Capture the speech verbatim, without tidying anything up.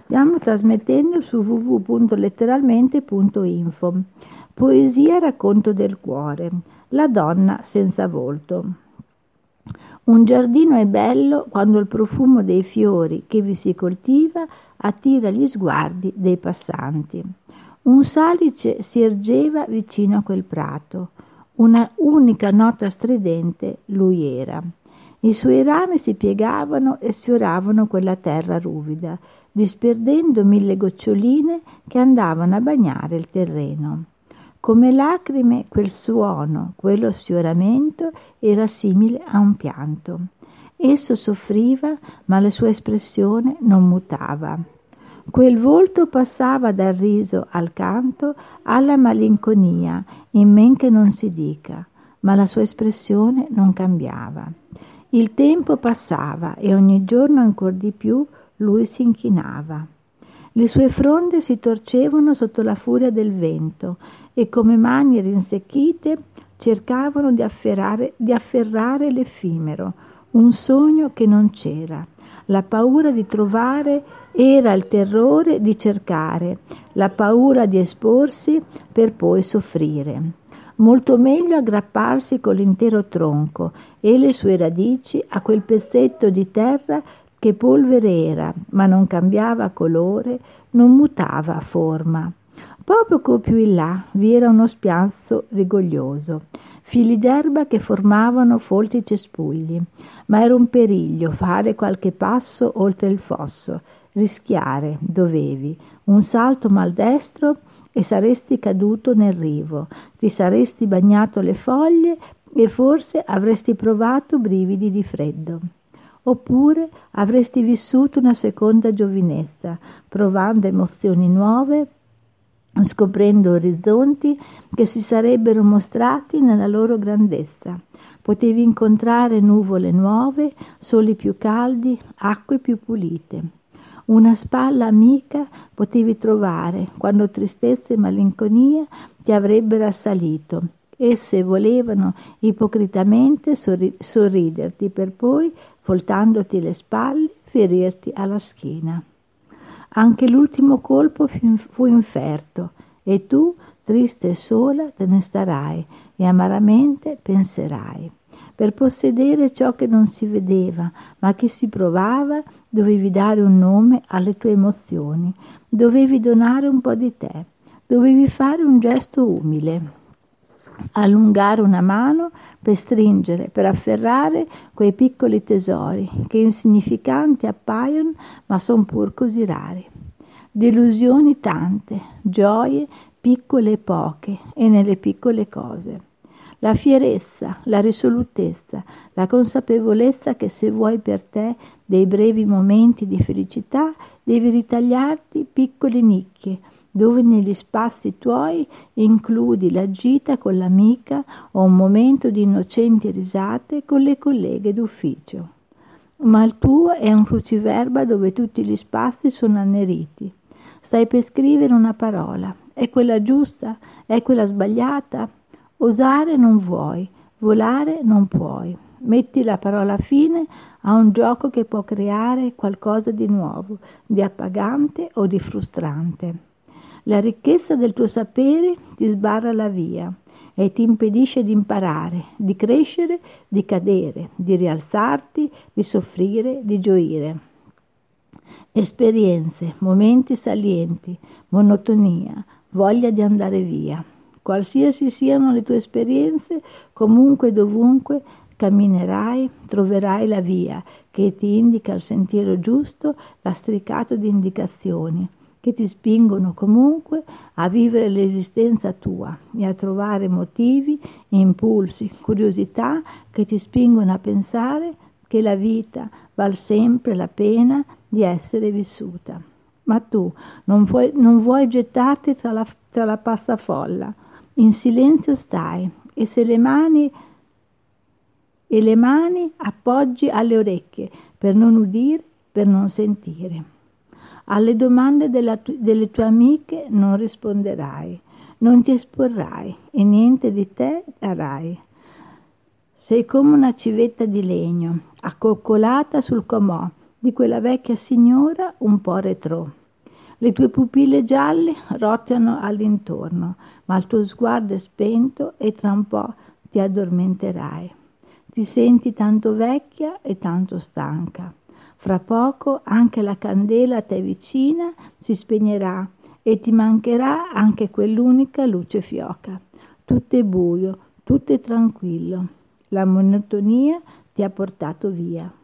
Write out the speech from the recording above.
Stiamo trasmettendo su w w w punto letteralmente punto info. Poesia racconto del cuore. La donna senza volto. Un giardino è bello quando il profumo dei fiori che vi si coltiva attira gli sguardi dei passanti. Un salice si ergeva vicino a quel prato. Una unica nota stridente lui era. I suoi rami si piegavano e sfioravano quella terra ruvida, disperdendo mille goccioline che andavano a bagnare il terreno. Come lacrime quel suono, quello sfioramento era simile a un pianto. Esso soffriva, ma la sua espressione non mutava. Quel volto passava dal riso al canto alla malinconia, in men che non si dica, ma la sua espressione non cambiava. Il tempo passava e ogni giorno ancor di più lui si inchinava. Le sue fronde si torcevano sotto la furia del vento e come mani rinsecchite cercavano di afferrare, di afferrare l'effimero, un sogno che non c'era. La paura di trovare era il terrore di cercare, la paura di esporsi per poi soffrire. Molto meglio aggrapparsi con l'intero tronco e le sue radici a quel pezzetto di terra che polvere era, ma non cambiava colore, non mutava forma. Poco più in là vi era uno spiazzo rigoglioso, fili d'erba che formavano folti cespugli, ma era un periglio fare qualche passo oltre il fosso, rischiare, dovevi, un salto maldestro e saresti caduto nel rivo, ti saresti bagnato le foglie e forse avresti provato brividi di freddo. Oppure avresti vissuto una seconda giovinezza, provando emozioni nuove, scoprendo orizzonti che si sarebbero mostrati nella loro grandezza. Potevi incontrare nuvole nuove, soli più caldi, acque più pulite. Una spalla amica potevi trovare quando tristezza e malinconia ti avrebbero assalito. Esse volevano ipocritamente sorri- sorriderti per poi, voltandoti le spalle, ferirti alla schiena. Anche l'ultimo colpo fu inferto e tu, triste e sola, te ne starai e amaramente penserai. Per possedere ciò che non si vedeva, ma che si provava, dovevi dare un nome alle tue emozioni, dovevi donare un po' di te, dovevi fare un gesto umile, allungare una mano per stringere, per afferrare quei piccoli tesori che insignificanti appaiono ma son pur così rari. Delusioni tante, gioie piccole e poche e nelle piccole cose. La fierezza, la risolutezza, la consapevolezza che se vuoi per te dei brevi momenti di felicità devi ritagliarti piccole nicchie dove negli spazi tuoi includi la gita con l'amica o un momento di innocenti risate con le colleghe d'ufficio. Ma il tuo è un cruciverba dove tutti gli spazi sono anneriti. Stai per scrivere una parola. È quella giusta? È quella sbagliata? Osare non vuoi, volare non puoi. Metti la parola fine a un gioco che può creare qualcosa di nuovo, di appagante o di frustrante. La ricchezza del tuo sapere ti sbarra la via e ti impedisce di imparare, di crescere, di cadere, di rialzarti, di soffrire, di gioire. Esperienze, momenti salienti, monotonia, voglia di andare via. Qualsiasi siano le tue esperienze, comunque e dovunque camminerai, troverai la via che ti indica il sentiero giusto, lastricato di indicazioni che ti spingono comunque a vivere l'esistenza tua e a trovare motivi, impulsi, curiosità che ti spingono a pensare che la vita val sempre la pena di essere vissuta. Ma tu non vuoi, non vuoi gettarti tra la, tra la passafolla, in silenzio stai e se le mani e le mani appoggi alle orecchie per non udire, per non sentire. Alle domande della tu- delle tue amiche non risponderai, non ti esporrai e niente di te darai. Sei come una civetta di legno, accoccolata sul comò di quella vecchia signora un po' retrò. Le tue pupille gialle rotano all'intorno, ma il tuo sguardo è spento e tra un po' ti addormenterai. Ti senti tanto vecchia e tanto stanca. Fra poco anche la candela a te vicina si spegnerà e ti mancherà anche quell'unica luce fioca. Tutto è buio, tutto è tranquillo. La monotonia ti ha portato via.